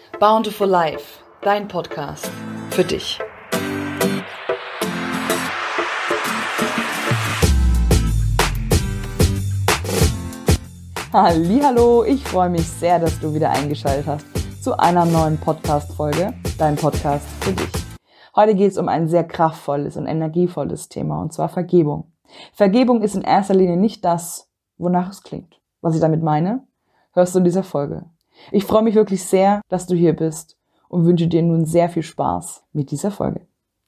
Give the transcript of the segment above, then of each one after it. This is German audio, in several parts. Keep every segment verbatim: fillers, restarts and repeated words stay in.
Bountiful Life, dein Podcast für dich. Hallihallo, ich freue mich sehr, dass du wieder eingeschaltet hast zu einer neuen Podcast-Folge, dein Podcast für dich. Heute geht es um ein sehr kraftvolles und energievolles Thema, und zwar Vergebung. Vergebung ist in erster Linie nicht das, wonach es klingt. Was ich damit meine, hörst du in dieser Folge. Ich freue mich wirklich sehr, dass du hier bist und wünsche dir nun sehr viel Spaß mit dieser Folge.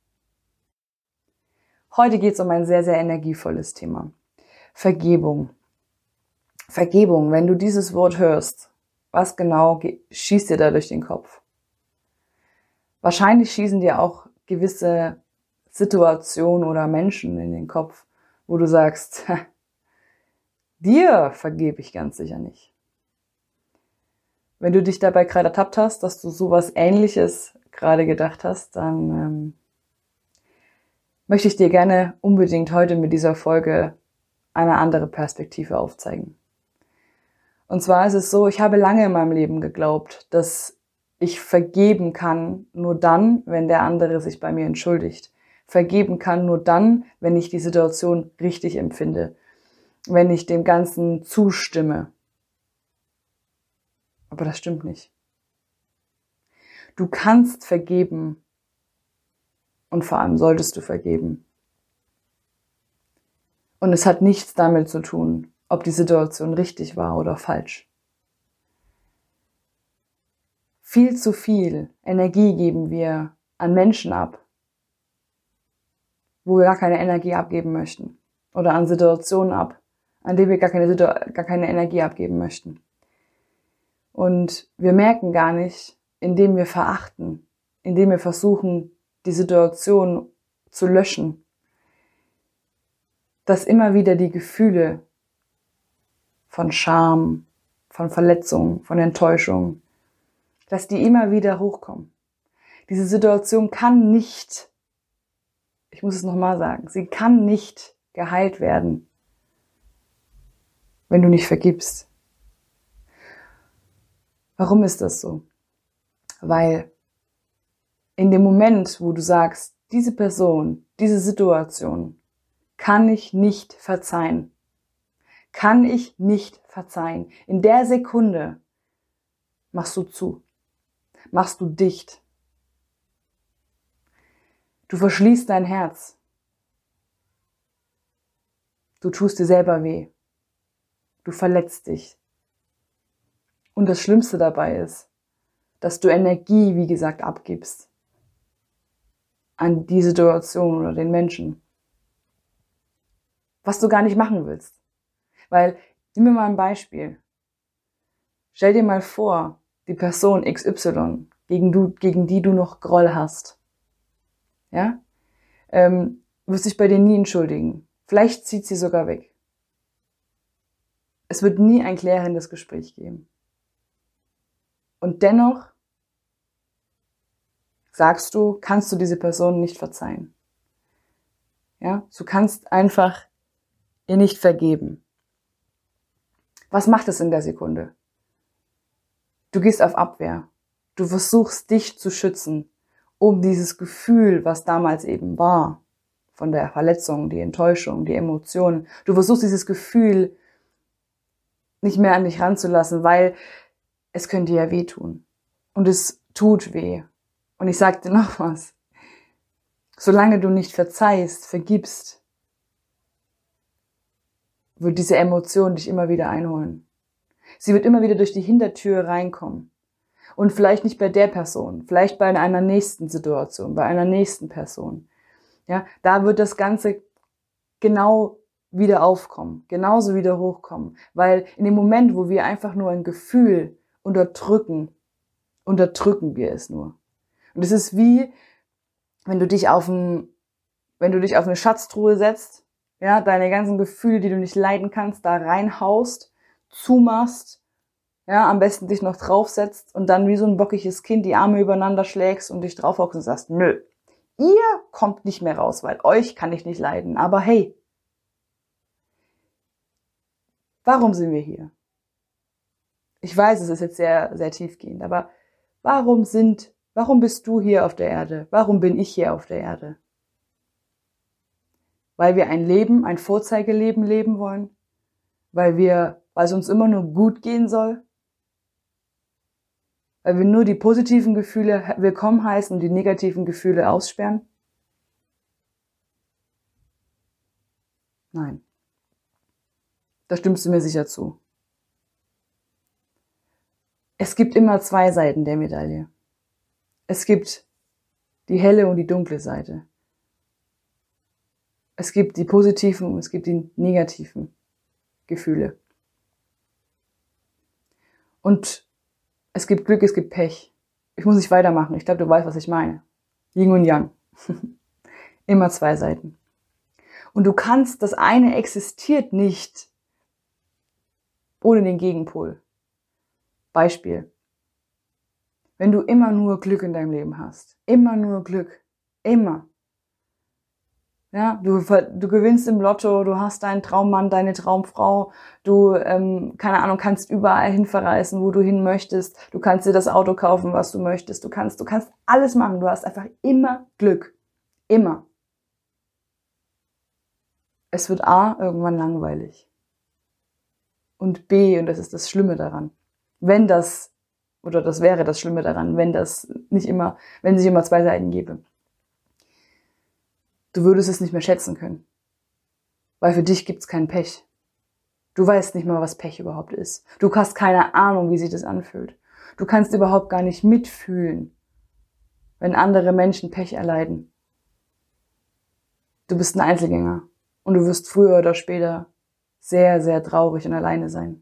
Heute geht es um ein sehr, sehr energievolles Thema. Vergebung. Vergebung, wenn du dieses Wort hörst, was genau schießt dir da durch den Kopf? Wahrscheinlich schießen dir auch gewisse Situationen oder Menschen in den Kopf, wo du sagst, dir vergebe ich ganz sicher nicht. Wenn du dich dabei gerade ertappt hast, dass du sowas Ähnliches gerade gedacht hast, dann ähm, möchte ich dir gerne unbedingt heute mit dieser Folge eine andere Perspektive aufzeigen. Und zwar ist es so, ich habe lange in meinem Leben geglaubt, dass ich vergeben kann nur dann, wenn der andere sich bei mir entschuldigt. Vergeben kann nur dann, wenn ich die Situation richtig empfinde, wenn ich dem Ganzen zustimme. Aber das stimmt nicht. Du kannst vergeben und vor allem solltest du vergeben. Und es hat nichts damit zu tun, ob die Situation richtig war oder falsch. Viel zu viel Energie geben wir an Menschen ab, wo wir gar keine Energie abgeben möchten. Oder an Situationen ab, an denen wir gar keine, gar keine Energie abgeben möchten. Und wir merken gar nicht, indem wir verachten, indem wir versuchen, die Situation zu löschen, dass immer wieder die Gefühle von Scham, von Verletzung, von Enttäuschung, dass die immer wieder hochkommen. Diese Situation kann nicht, ich muss es nochmal sagen, sie kann nicht geheilt werden, wenn du nicht vergibst. Warum ist das so? Weil in dem Moment, wo du sagst, diese Person, diese Situation kann ich nicht verzeihen, kann ich nicht verzeihen, in der Sekunde machst du zu, machst du dicht. Du verschließt dein Herz. Du tust dir selber weh. Du verletzt dich. Und das Schlimmste dabei ist, dass du Energie, wie gesagt, abgibst an die Situation oder den Menschen, was du gar nicht machen willst. Weil, nimm mir mal ein Beispiel. Stell dir mal vor, die Person X Y, gegen, du, gegen die du noch Groll hast, ja, ähm, wirst dich bei dir nie entschuldigen. Vielleicht zieht sie sogar weg. Es wird nie ein klärendes Gespräch geben. Und dennoch sagst du, kannst du diese Person nicht verzeihen. Ja, du kannst einfach ihr nicht vergeben. Was macht es in der Sekunde? Du gehst auf Abwehr. Du versuchst, dich zu schützen, um dieses Gefühl, was damals eben war, von der Verletzung, die Enttäuschung, die Emotionen, du versuchst dieses Gefühl nicht mehr an dich ranzulassen, weil es könnte ja wehtun. Und es tut weh. Und ich sag dir noch was. Solange du nicht verzeihst, vergibst, wird diese Emotion dich immer wieder einholen. Sie wird immer wieder durch die Hintertür reinkommen. Und vielleicht nicht bei der Person, vielleicht bei einer nächsten Situation, bei einer nächsten Person. Ja, da wird das Ganze genau wieder aufkommen, genauso wieder hochkommen. Weil in dem Moment, wo wir einfach nur ein Gefühl unterdrücken, unterdrücken wir es nur. Und es ist wie, wenn du dich auf ein, wenn du dich auf eine Schatztruhe setzt, ja, deine ganzen Gefühle, die du nicht leiden kannst, da reinhaust, zumachst, ja, am besten dich noch draufsetzt und dann wie so ein bockiges Kind die Arme übereinander schlägst und dich draufhockst und sagst, nö, ihr kommt nicht mehr raus, weil euch kann ich nicht leiden. Aber hey, warum sind wir hier? Ich weiß, es ist jetzt sehr, sehr tiefgehend, aber Warum sind, warum bist du hier auf der Erde? Warum bin ich hier auf der Erde? Weil wir ein Leben, ein Vorzeigeleben leben wollen? Weil wir, weil es uns immer nur gut gehen soll? Weil wir nur die positiven Gefühle willkommen heißen und die negativen Gefühle aussperren? Nein. Da stimmst du mir sicher zu. Es gibt immer zwei Seiten der Medaille. Es gibt die helle und die dunkle Seite. Es gibt die positiven und es gibt die negativen Gefühle. Und es gibt Glück, es gibt Pech. Ich muss nicht weitermachen. Ich glaube, du weißt, was ich meine. Yin und Yang. Immer zwei Seiten. Und du kannst, das eine existiert nicht ohne den Gegenpol. Beispiel. Wenn du immer nur Glück in deinem Leben hast. Immer nur Glück. Immer. Ja, du, du gewinnst im Lotto, du hast deinen Traummann, deine Traumfrau, du, ähm, keine Ahnung, kannst überall hin verreisen, wo du hin möchtest, du kannst dir das Auto kaufen, was du möchtest, du kannst, du kannst alles machen, du hast einfach immer Glück. Immer. Es wird A, irgendwann langweilig. Und B, und das ist das Schlimme daran, wenn das, oder das wäre das Schlimme daran, wenn das nicht immer, wenn es nicht immer zwei Seiten gäbe. Du würdest es nicht mehr schätzen können. Weil für dich gibt's kein Pech. Du weißt nicht mal, was Pech überhaupt ist. Du hast keine Ahnung, wie sich das anfühlt. Du kannst überhaupt gar nicht mitfühlen, wenn andere Menschen Pech erleiden. Du bist ein Einzelgänger und du wirst früher oder später sehr, sehr traurig und alleine sein.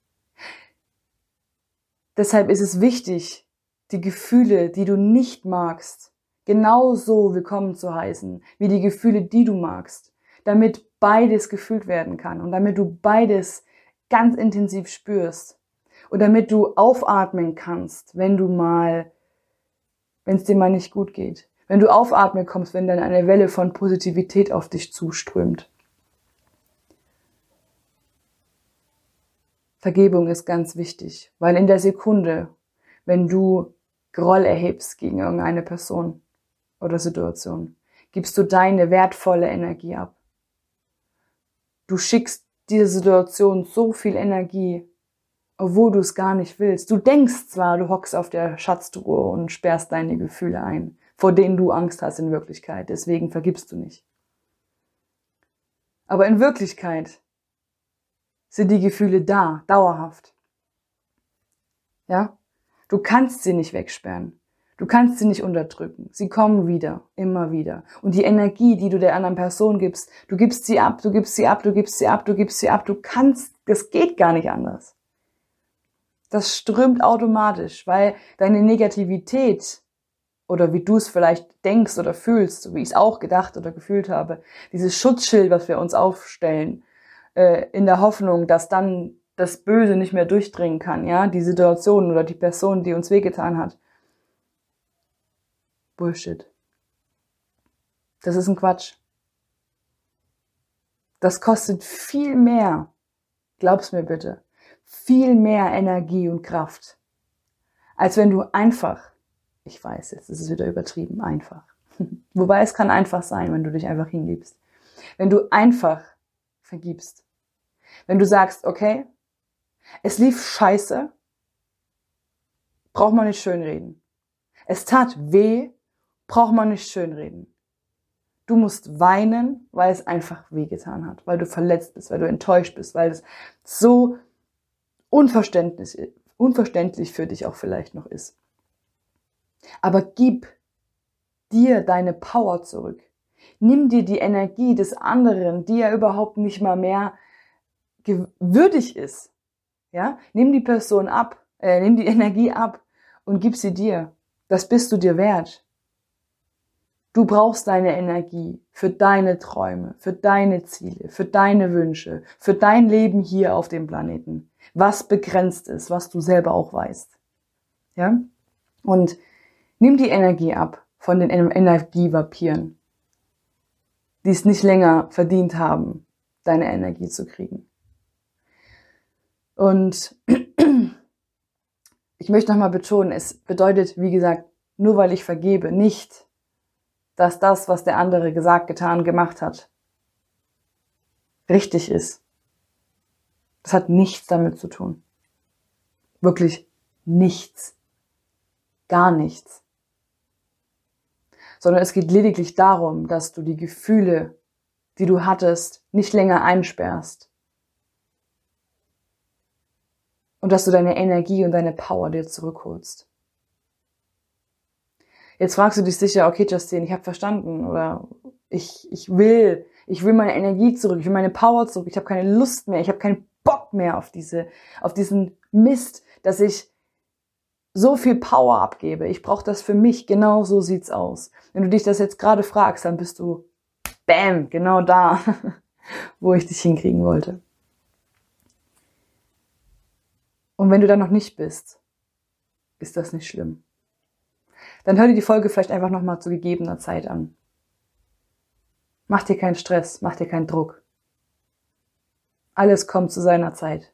Deshalb ist es wichtig, die Gefühle, die du nicht magst, genauso willkommen zu heißen, wie die Gefühle, die du magst, damit beides gefühlt werden kann und damit du beides ganz intensiv spürst und damit du aufatmen kannst, wenn du mal, wenn es dir mal nicht gut geht, wenn du aufatmen kommst, wenn dann eine Welle von Positivität auf dich zuströmt. Vergebung ist ganz wichtig, weil in der Sekunde, wenn du Groll erhebst gegen irgendeine Person oder Situation, gibst du deine wertvolle Energie ab. Du schickst dieser Situation so viel Energie, obwohl du es gar nicht willst. Du denkst zwar, du hockst auf der Schatztruhe und sperrst deine Gefühle ein, vor denen du Angst hast in Wirklichkeit, deswegen vergibst du nicht. Aber in Wirklichkeit sind die Gefühle da, dauerhaft. Ja? Du kannst sie nicht wegsperren. Du kannst sie nicht unterdrücken. Sie kommen wieder, immer wieder. Und die Energie, die du der anderen Person gibst, du gibst sie ab, du gibst sie ab, du gibst sie ab, du gibst sie ab. Du kannst, das geht gar nicht anders. Das strömt automatisch, weil deine Negativität oder wie du es vielleicht denkst oder fühlst, so wie ich es auch gedacht oder gefühlt habe, dieses Schutzschild, was wir uns aufstellen, äh, in der Hoffnung, dass dann das Böse nicht mehr durchdringen kann, ja, die Situation oder die Person, die uns wehgetan hat. Bullshit. Das ist ein Quatsch. Das kostet viel mehr, glaub's mir bitte, viel mehr Energie und Kraft, als wenn du einfach, ich weiß, jetzt ist es wieder übertrieben, einfach. Wobei es kann einfach sein, wenn du dich einfach hingibst. Wenn du einfach vergibst. Wenn du sagst, okay, es lief scheiße, braucht man nicht schönreden. Es tat weh, braucht man nicht schönreden. Du musst weinen, weil es einfach wehgetan hat, weil du verletzt bist, weil du enttäuscht bist, weil es so unverständlich, unverständlich für dich auch vielleicht noch ist. Aber gib dir deine Power zurück. Nimm dir die Energie des anderen, die ja überhaupt nicht mal mehr würdig ist. Ja? Nimm die Person ab, äh, nimm die Energie ab und gib sie dir. Das bist du dir wert. Du brauchst deine Energie für deine Träume, für deine Ziele, für deine Wünsche, für dein Leben hier auf dem Planeten, was begrenzt ist, was du selber auch weißt. Ja? Und nimm die Energie ab von den Energievampiren, die es nicht länger verdient haben, deine Energie zu kriegen. Und ich möchte nochmal betonen, es bedeutet, wie gesagt, nur weil ich vergebe, nicht, dass das, was der andere gesagt, getan, gemacht hat, richtig ist. Das hat nichts damit zu tun. Wirklich nichts. Gar nichts. Sondern es geht lediglich darum, dass du die Gefühle, die du hattest, nicht länger einsperrst. Und dass du deine Energie und deine Power dir zurückholst. Jetzt fragst du dich sicher, okay, Justine, ich habe verstanden oder ich, ich will, ich will meine Energie zurück, ich will meine Power zurück, ich habe keine Lust mehr, ich habe keinen Bock mehr auf diese, auf diesen Mist, dass ich so viel Power abgebe. Ich brauche das für mich, genau so sieht's aus. Wenn du dich das jetzt gerade fragst, dann bist du, bam, genau da, wo ich dich hinkriegen wollte. Und wenn du da noch nicht bist, ist das nicht schlimm. Dann hör dir die Folge vielleicht einfach nochmal zu gegebener Zeit an. Mach dir keinen Stress, mach dir keinen Druck. Alles kommt zu seiner Zeit.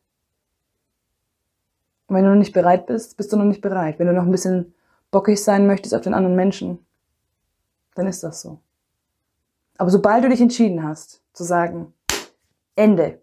Und wenn du noch nicht bereit bist, bist du noch nicht bereit. Wenn du noch ein bisschen bockig sein möchtest auf den anderen Menschen, dann ist das so. Aber sobald du dich entschieden hast, zu sagen, Ende,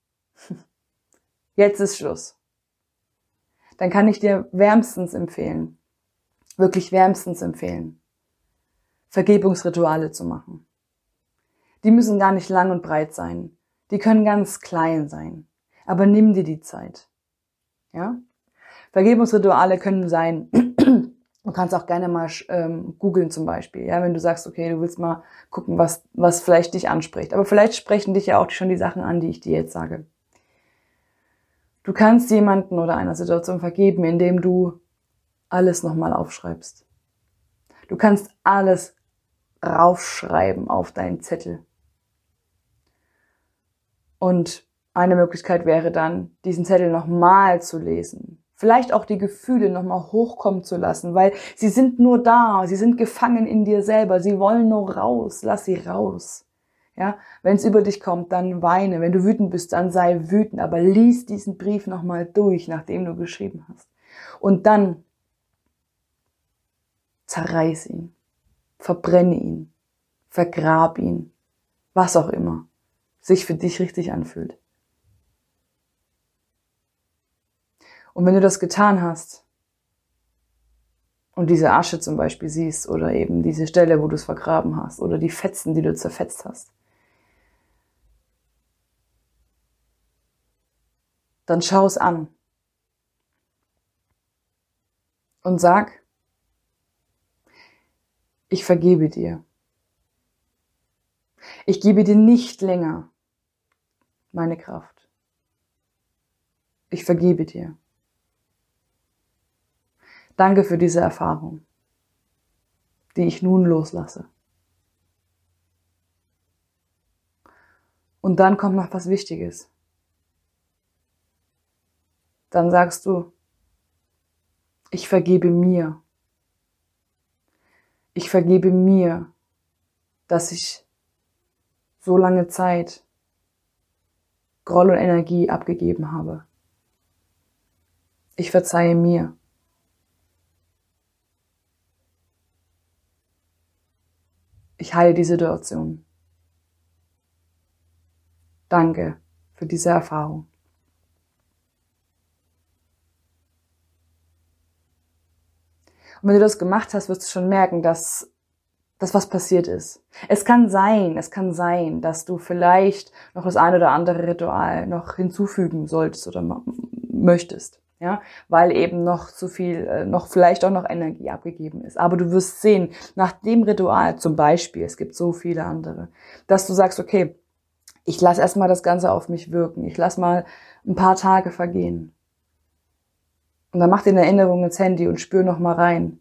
jetzt ist Schluss, dann kann ich dir wärmstens empfehlen, wirklich wärmstens empfehlen, Vergebungsrituale zu machen. Die müssen gar nicht lang und breit sein. Die können ganz klein sein. Aber nimm dir die Zeit. Ja? Vergebungsrituale können sein, du kannst auch gerne mal ähm, googeln zum Beispiel, ja, wenn du sagst, okay, du willst mal gucken, was, was vielleicht dich anspricht. Aber vielleicht sprechen dich ja auch schon die Sachen an, die ich dir jetzt sage. Du kannst jemanden oder einer Situation vergeben, indem du alles nochmal aufschreibst. Du kannst alles raufschreiben auf deinen Zettel. Und eine Möglichkeit wäre dann, diesen Zettel nochmal zu lesen. Vielleicht auch die Gefühle nochmal hochkommen zu lassen, weil sie sind nur da, sie sind gefangen in dir selber, sie wollen nur raus, lass sie raus. Ja, wenn es über dich kommt, dann weine, wenn du wütend bist, dann sei wütend, aber lies diesen Brief nochmal durch, nachdem du geschrieben hast. Und dann zerreiß ihn, verbrenne ihn, vergrab ihn, was auch immer sich für dich richtig anfühlt. Und wenn du das getan hast und diese Asche zum Beispiel siehst oder eben diese Stelle, wo du es vergraben hast oder die Fetzen, die du zerfetzt hast, dann schau es an und sag, ich vergebe dir. Ich gebe dir nicht länger meine Kraft. Ich vergebe dir. Danke für diese Erfahrung, die ich nun loslasse. Und dann kommt noch was Wichtiges. Dann sagst du, ich vergebe mir. Ich vergebe mir, dass ich so lange Zeit Groll und Energie abgegeben habe. Ich verzeihe mir. Ich heile die Situation. Danke für diese Erfahrung. Und wenn du das gemacht hast, wirst du schon merken, dass, dass was passiert ist. Es kann sein, es kann sein, dass du vielleicht noch das ein oder andere Ritual noch hinzufügen solltest oder möchtest. Ja, weil eben noch zu viel, noch vielleicht auch noch Energie abgegeben ist. Aber du wirst sehen, nach dem Ritual zum Beispiel, es gibt so viele andere, dass du sagst, okay, ich lasse erstmal das Ganze auf mich wirken. Ich lasse mal ein paar Tage vergehen. Und dann mach dir eine Erinnerung ins Handy und spür noch mal rein,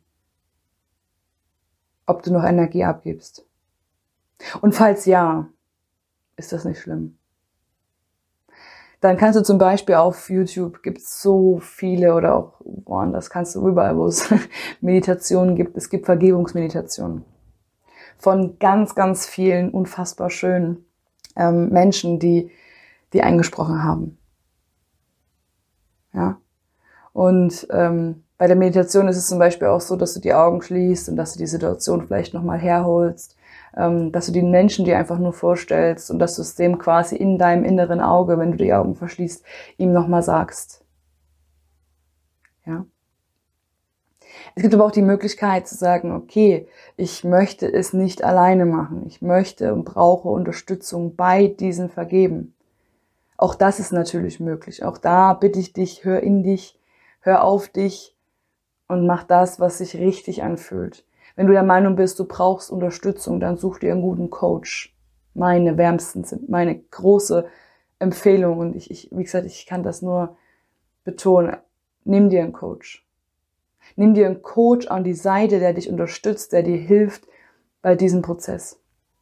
ob du noch Energie abgibst. Und falls ja, ist das nicht schlimm. Dann kannst du zum Beispiel auf YouTube, gibt es so viele oder auch woanders, kannst du überall, wo es Meditationen gibt, es gibt Vergebungsmeditationen von ganz, ganz vielen unfassbar schönen ähm, Menschen, die, die eingesprochen haben. Ja. Und ähm, Bei der Meditation ist es zum Beispiel auch so, dass du die Augen schließt und dass du die Situation vielleicht nochmal herholst, ähm, dass du den Menschen dir einfach nur vorstellst und dass du es dem quasi in deinem inneren Auge, wenn du die Augen verschließt, ihm nochmal sagst. Ja. Es gibt aber auch die Möglichkeit zu sagen, okay, ich möchte es nicht alleine machen. Ich möchte und brauche Unterstützung bei diesem Vergeben. Auch das ist natürlich möglich. Auch da bitte ich dich, hör in dich, hör auf dich und mach das, was sich richtig anfühlt. Wenn du der Meinung bist, du brauchst Unterstützung, dann such dir einen guten Coach. Meine wärmsten sind meine große Empfehlung und ich, ich, wie gesagt, ich kann das nur betonen. Nimm dir einen Coach. Nimm dir einen Coach an die Seite, der dich unterstützt, der dir hilft bei diesem Prozess.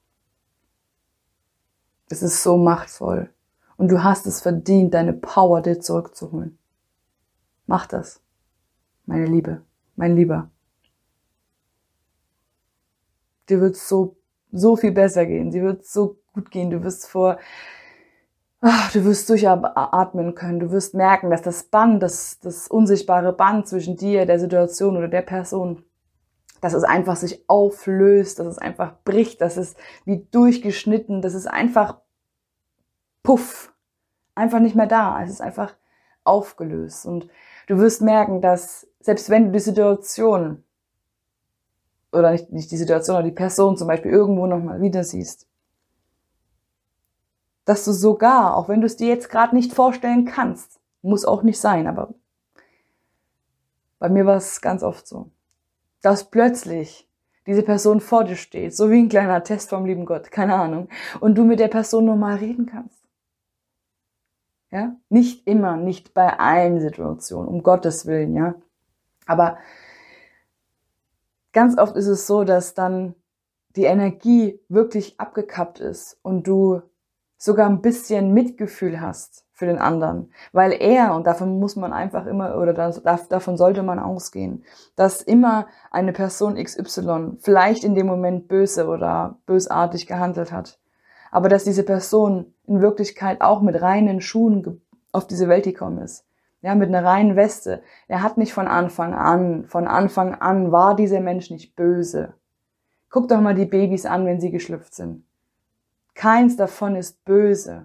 Es ist so machtvoll. Und du hast es verdient, deine Power dir zurückzuholen. Mach das, meine Liebe, mein Lieber. Dir wird es so, so viel besser gehen. Dir wird es so gut gehen. Du wirst vor, ach, du wirst durchatmen können. Du wirst merken, dass das Band, das, das unsichtbare Band zwischen dir, der Situation oder der Person, dass es einfach sich auflöst, dass es einfach bricht, dass es wie durchgeschnitten, dass es einfach puff, einfach nicht mehr da. Es ist einfach aufgelöst. Und du wirst merken, dass selbst wenn du die Situation, oder nicht, nicht die Situation, aber die Person zum Beispiel irgendwo nochmal wieder siehst, dass du sogar, auch wenn du es dir jetzt gerade nicht vorstellen kannst, muss auch nicht sein, aber bei mir war es ganz oft so, dass plötzlich diese Person vor dir steht, so wie ein kleiner Test vom lieben Gott, keine Ahnung, und du mit der Person normal reden kannst. Ja, nicht immer, nicht bei allen Situationen, um Gottes Willen, ja. Aber ganz oft ist es so, dass dann die Energie wirklich abgekappt ist und du sogar ein bisschen Mitgefühl hast für den anderen, weil er, und davon muss man einfach immer, oder das, davon sollte man ausgehen, dass immer eine Person X Y vielleicht in dem Moment böse oder bösartig gehandelt hat, aber dass diese Person in Wirklichkeit auch mit reinen Schuhen auf diese Welt gekommen ist. Ja, mit einer reinen Weste. Er hat nicht von Anfang an, von Anfang an war dieser Mensch nicht böse. Guck doch mal die Babys an, wenn sie geschlüpft sind. Keins davon ist böse.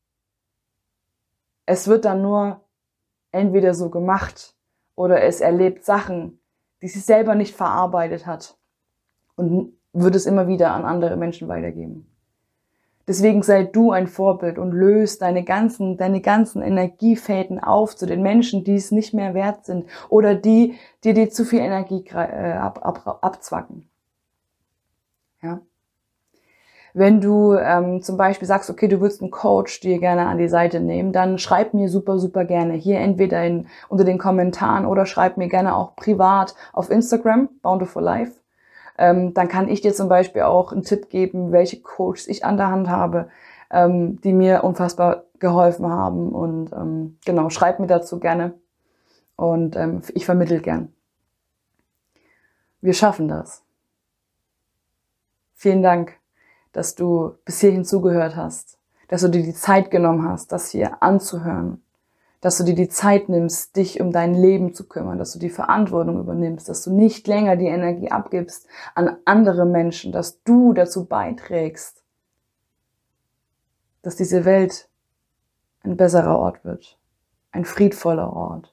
Es wird dann nur entweder so gemacht oder es erlebt Sachen, die sie selber nicht verarbeitet hat und wird es immer wieder an andere Menschen weitergeben. Deswegen sei du ein Vorbild und löst deine ganzen, deine ganzen Energiefäden auf zu den Menschen, die es nicht mehr wert sind oder die, die dir zu viel Energie äh, ab, ab, abzwacken. Ja. Wenn du ähm, zum Beispiel sagst, okay, du würdest einen Coach dir gerne an die Seite nehmen, dann schreib mir super, super gerne hier entweder in, unter den Kommentaren oder schreib mir gerne auch privat auf Instagram, Bountiful Life. Ähm, dann kann ich dir zum Beispiel auch einen Tipp geben, welche Coaches ich an der Hand habe, ähm, die mir unfassbar geholfen haben. Und ähm, genau, schreib mir dazu gerne und ähm, ich vermittle gern. Wir schaffen das. Vielen Dank, dass du bis hierhin zugehört hast, dass du dir die Zeit genommen hast, das hier anzuhören, dass du dir die Zeit nimmst, dich um dein Leben zu kümmern, dass du die Verantwortung übernimmst, dass du nicht länger die Energie abgibst an andere Menschen, dass du dazu beiträgst, dass diese Welt ein besserer Ort wird, ein friedvoller Ort.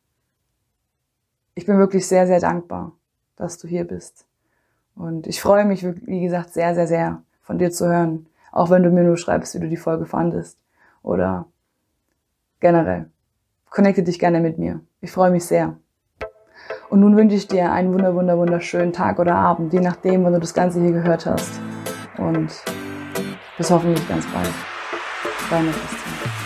Ich bin wirklich sehr, sehr dankbar, dass du hier bist. Und ich freue mich, wie gesagt, sehr, sehr, sehr von dir zu hören, auch wenn du mir nur schreibst, wie du die Folge fandest oder generell. Connecte dich gerne mit mir. Ich freue mich sehr. Und nun wünsche ich dir einen wunder, wunder, wunderschönen Tag oder Abend, je nachdem, wann du das Ganze hier gehört hast. Und bis hoffentlich ganz bald. Deine Christine.